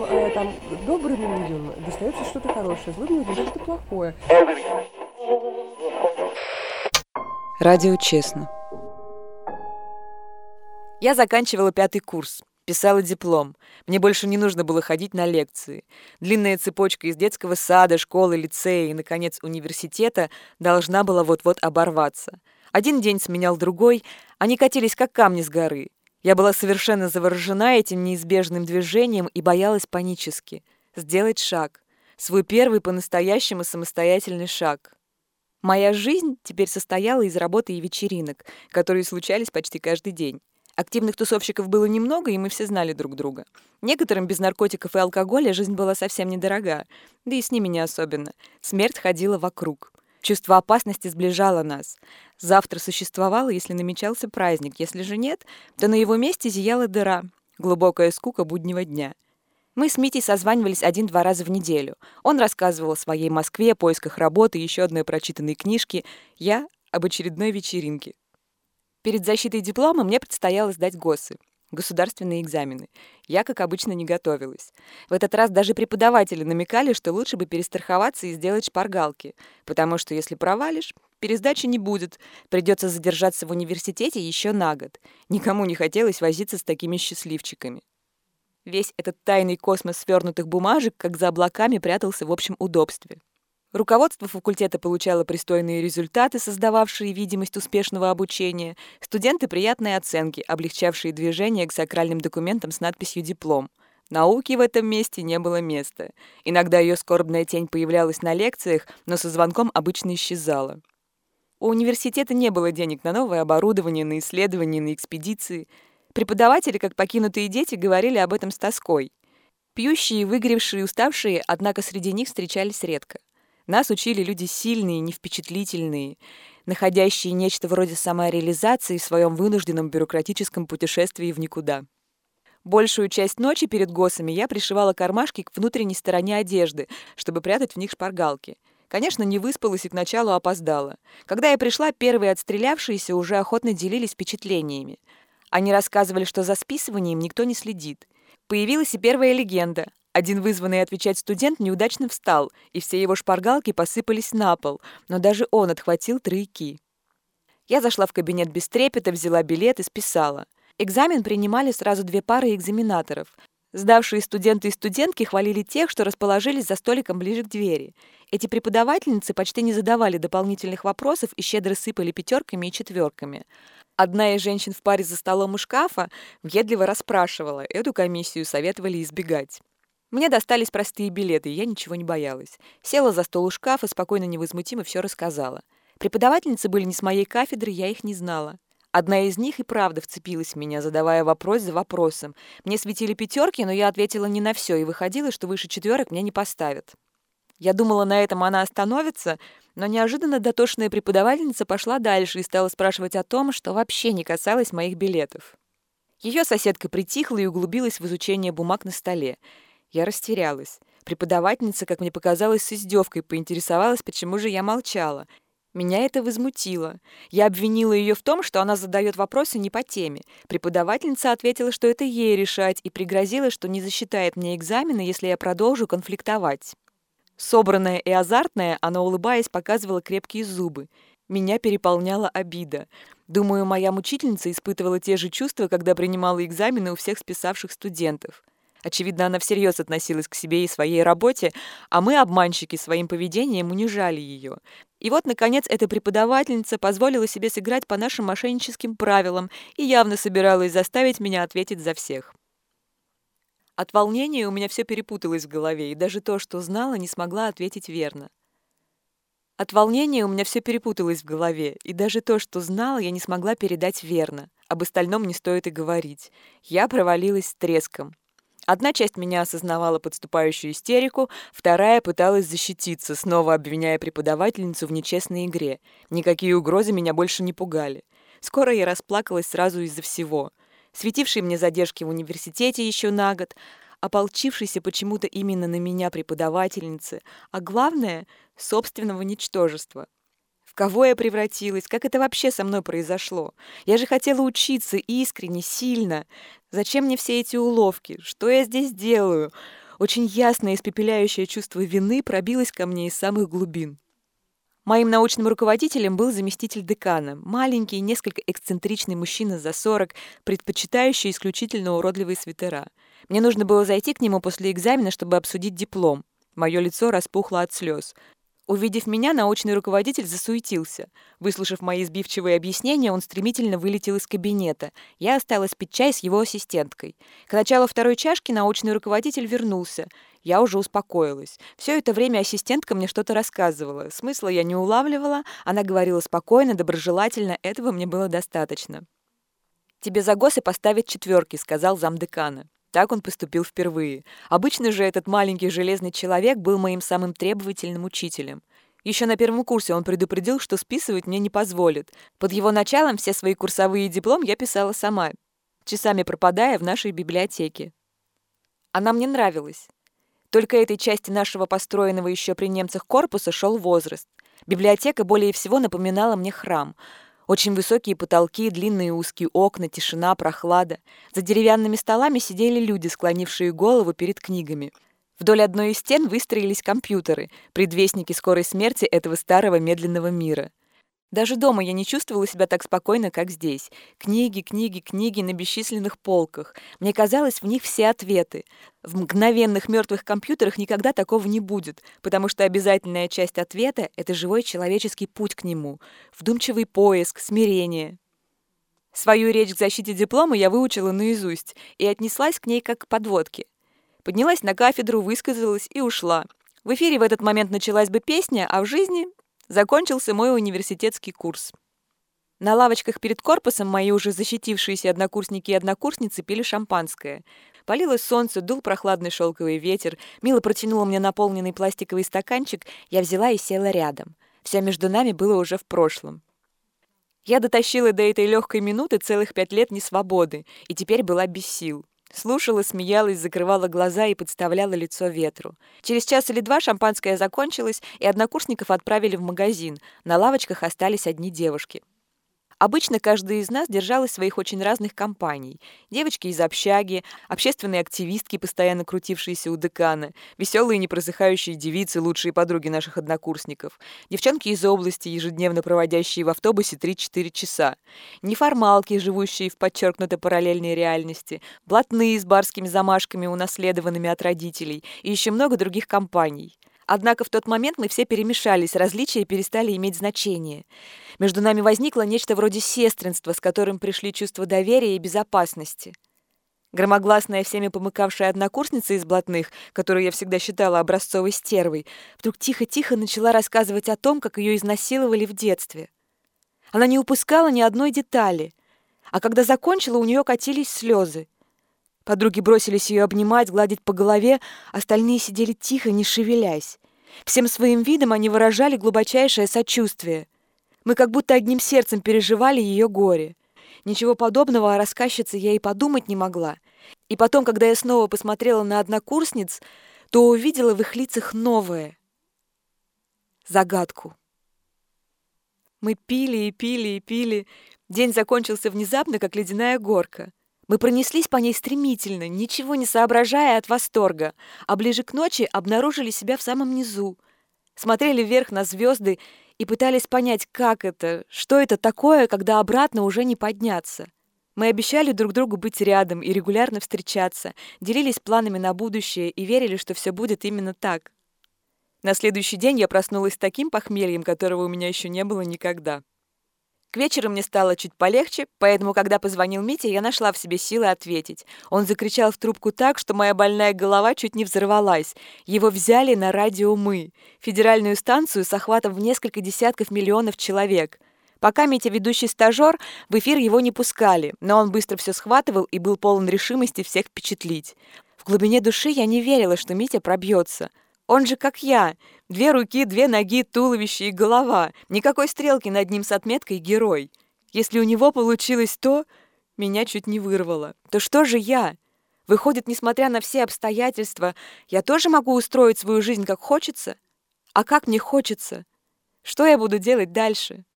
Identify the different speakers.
Speaker 1: там добрым людям достается что-то хорошее, злым людям что-то плохое.
Speaker 2: Радио «Честно». Я заканчивала 5-й курс, писала диплом. Мне больше не нужно было ходить на лекции. Длинная цепочка из детского сада, школы, лицея и, наконец, университета должна была вот-вот оборваться. Один день сменял другой, они катились как камни с горы. Я была совершенно заворожена этим неизбежным движением и боялась панически сделать шаг, свой первый по-настоящему самостоятельный шаг. Моя жизнь теперь состояла из работы и вечеринок, которые случались почти каждый день. Активных тусовщиков было немного, и мы все знали друг друга. Некоторым без наркотиков и алкоголя жизнь была совсем недорога, да и с ними не особенно. Смерть ходила вокруг. Чувство опасности сближало нас. Завтра существовало, если намечался праздник, если же нет, то на его месте зияла дыра, глубокая скука буднего дня. Мы с Митей созванивались 1-2 раза в неделю. Он рассказывал о своей Москве, поисках работы, еще одной прочитанной книжке. Я об очередной вечеринке. Перед защитой диплома мне предстояло сдать ГОСы, государственные экзамены. Я, как обычно, не готовилась. В этот раз даже преподаватели намекали, что лучше бы перестраховаться и сделать шпаргалки, потому что если провалишь, пересдачи не будет, придется задержаться в университете еще на год. Никому не хотелось возиться с такими счастливчиками. Весь этот тайный космос свернутых бумажек, как за облаками, прятался в общем удобстве. Руководство факультета получало пристойные результаты, создававшие видимость успешного обучения, студенты — приятные оценки, облегчавшие движение к сакральным документам с надписью «диплом». Науки в этом месте не было места. Иногда ее скорбная тень появлялась на лекциях, но со звонком обычно исчезала. У университета не было денег на новое оборудование, на исследования, на экспедиции. Преподаватели, как покинутые дети, говорили об этом с тоской. Пьющие, выгоревшие, уставшие, однако среди них встречались редко. Нас учили люди сильные, невпечатлительные, находящие нечто вроде самореализации в своем вынужденном бюрократическом путешествии в никуда. Большую часть ночи перед ГОСами я пришивала кармашки к внутренней стороне одежды, чтобы прятать в них шпаргалки. Конечно, не выспалась и к началу опоздала. Когда я пришла, первые отстрелявшиеся уже охотно делились впечатлениями. Они рассказывали, что за списыванием никто не следит. Появилась и первая легенда. Один вызванный отвечать студент неудачно встал, и все его шпаргалки посыпались на пол, но даже он отхватил тройки. Я зашла в кабинет без трепета, взяла билет и списала. Экзамен принимали сразу 2 пары экзаменаторов. Сдавшие студенты и студентки хвалили тех, что расположились за столиком ближе к двери. Эти преподавательницы почти не задавали дополнительных вопросов и щедро сыпали 5 и 4. Одна из женщин в паре за столом у шкафа въедливо расспрашивала, эту комиссию советовали избегать. Мне достались простые билеты, и я ничего не боялась. Села за стол у шкафа, спокойно, невозмутимо все рассказала. Преподавательницы были не с моей кафедры, я их не знала. Одна из них и правда вцепилась в меня, задавая вопрос за вопросом. Мне светили 5, но я ответила не на все, и выходило, что выше 4 мне не поставят. Я думала, на этом она остановится, но неожиданно дотошная преподавательница пошла дальше и стала спрашивать о том, что вообще не касалось моих билетов. Ее соседка притихла и углубилась в изучение бумаг на столе. Я растерялась. Преподавательница, как мне показалось, с издевкой поинтересовалась, почему же я молчала. Меня это возмутило. Я обвинила ее в том, что она задает вопросы не по теме. Преподавательница ответила, что это ей решать, и пригрозила, что не засчитает мне экзамены, если я продолжу конфликтовать. Собранная и азартная, она, улыбаясь, показывала крепкие зубы. Меня переполняла обида. Думаю, моя мучительница испытывала те же чувства, когда принимала экзамены у всех списавших студентов. Очевидно, она всерьез относилась к себе и своей работе, а мы, обманщики, своим поведением унижали ее. И вот, наконец, эта преподавательница позволила себе сыграть по нашим мошенническим правилам и явно собиралась заставить меня ответить за всех. От волнения у меня все перепуталось в голове, и даже то, что знала, не смогла ответить верно. От волнения у меня все перепуталось в голове, и даже то, что знала, я не смогла передать верно. Об остальном не стоит и говорить. Я провалилась с треском. Одна часть меня осознавала подступающую истерику, вторая пыталась защититься, снова обвиняя преподавательницу в нечестной игре. Никакие угрозы меня больше не пугали. Скоро я расплакалась сразу из-за всего. Светившие мне задержки в университете еще на год, ополчившейся почему-то именно на меня преподавательницы, а главное — собственного ничтожества. В кого я превратилась? Как это вообще со мной произошло? Я же хотела учиться искренне, сильно. Зачем мне все эти уловки? Что я здесь делаю? Очень ясное испепеляющее чувство вины пробилось ко мне из самых глубин. Моим научным руководителем был заместитель декана, маленький, несколько эксцентричный мужчина за 40, предпочитающий исключительно уродливые свитера. Мне нужно было зайти к нему после экзамена, чтобы обсудить диплом. Мое лицо распухло от слез. Увидев меня, научный руководитель засуетился. Выслушав мои сбивчивые объяснения, он стремительно вылетел из кабинета. Я осталась пить чай с его ассистенткой. К началу второй чашки научный руководитель вернулся. Я уже успокоилась. Все это время ассистентка мне что-то рассказывала. Смысла я не улавливала. Она говорила спокойно, доброжелательно. Этого мне было достаточно. «Тебе за госы поставят 4», — сказал замдекана. Так он поступил впервые. Обычно же этот маленький железный человек был моим самым требовательным учителем. Еще на первом курсе он предупредил, что списывать мне не позволит. Под его началом все свои курсовые дипломы я писала сама, часами пропадая в нашей библиотеке. Она мне нравилась. Только этой части нашего построенного еще при немцах корпуса шел возраст. Библиотека более всего напоминала мне храм. Очень высокие потолки, длинные узкие окна, тишина, прохлада. За деревянными столами сидели люди, склонившие голову перед книгами. Вдоль одной из стен выстроились компьютеры, предвестники скорой смерти этого старого медленного мира. Даже дома я не чувствовала себя так спокойно, как здесь. Книги, книги, книги на бесчисленных полках. Мне казалось, в них все ответы. В мгновенных мертвых компьютерах никогда такого не будет, потому что обязательная часть ответа — это живой человеческий путь к нему, вдумчивый поиск, смирение. Свою речь к защите диплома я выучила наизусть и отнеслась к ней как к подводке. Поднялась на кафедру, высказалась и ушла. В эфире в этот момент началась бы песня, а в жизни закончился мой университетский курс. На лавочках перед корпусом мои уже защитившиеся однокурсники и однокурсницы пили шампанское. Палило солнце, дул прохладный шелковый ветер. Мила протянула мне наполненный пластиковый стаканчик, я взяла и села рядом. Все между нами было уже в прошлом. Я дотащила до этой легкой минуты целых 5 лет несвободы, и теперь была без сил. Слушала, смеялась, закрывала глаза и подставляла лицо ветру. Через час или два шампанское закончилось, и однокурсников отправили в магазин. На лавочках остались одни девушки. Обычно каждая из нас держалась своих очень разных компаний. Девочки из общаги, общественные активистки, постоянно крутившиеся у декана, веселые непросыхающие девицы, лучшие подруги наших однокурсников, девчонки из области, ежедневно проводящие в автобусе 3-4 часа, неформалки, живущие в подчеркнутой параллельной реальности, блатные с барскими замашками, унаследованными от родителей, и еще много других компаний. Однако в тот момент мы все перемешались, различия перестали иметь значение. Между нами возникло нечто вроде сестринства, с которым пришли чувство доверия и безопасности. Громогласная, всеми помыкавшая однокурсница из блатных, которую я всегда считала образцовой стервой, вдруг тихо-тихо начала рассказывать о том, как ее изнасиловали в детстве. Она не упускала ни одной детали, а когда закончила, у нее катились слезы. Подруги бросились ее обнимать, гладить по голове, остальные сидели тихо, не шевелясь. Всем своим видом они выражали глубочайшее сочувствие. Мы как будто одним сердцем переживали ее горе. Ничего подобного о рассказчице я и подумать не могла. И потом, когда я снова посмотрела на однокурсниц, то увидела в их лицах новое — загадку. Мы пили и пили и пили. День закончился внезапно, как ледяная горка. Мы пронеслись по ней стремительно, ничего не соображая от восторга, а ближе к ночи обнаружили себя в самом низу. Смотрели вверх на звезды и пытались понять, как это, что это такое, когда обратно уже не подняться. Мы обещали друг другу быть рядом и регулярно встречаться, делились планами на будущее и верили, что все будет именно так. На следующий день я проснулась с таким похмельем, которого у меня еще не было никогда. К вечеру мне стало чуть полегче, поэтому, когда позвонил Митя, я нашла в себе силы ответить. Он закричал в трубку так, что моя больная голова чуть не взорвалась. Его взяли на радио «Мы», федеральную станцию с охватом в несколько десятков миллионов человек. Пока Митя ведущий стажер, в эфир его не пускали, но он быстро все схватывал и был полон решимости всех впечатлить. В глубине души я не верила, что Митя пробьется. Он же как я. 2 руки, 2 ноги, туловище и голова. Никакой стрелки над ним с отметкой «Герой». Если у него получилось то, меня чуть не вырвало. То что же я? Выходит, несмотря на все обстоятельства, я тоже могу устроить свою жизнь как хочется? А как мне хочется? Что я буду делать дальше?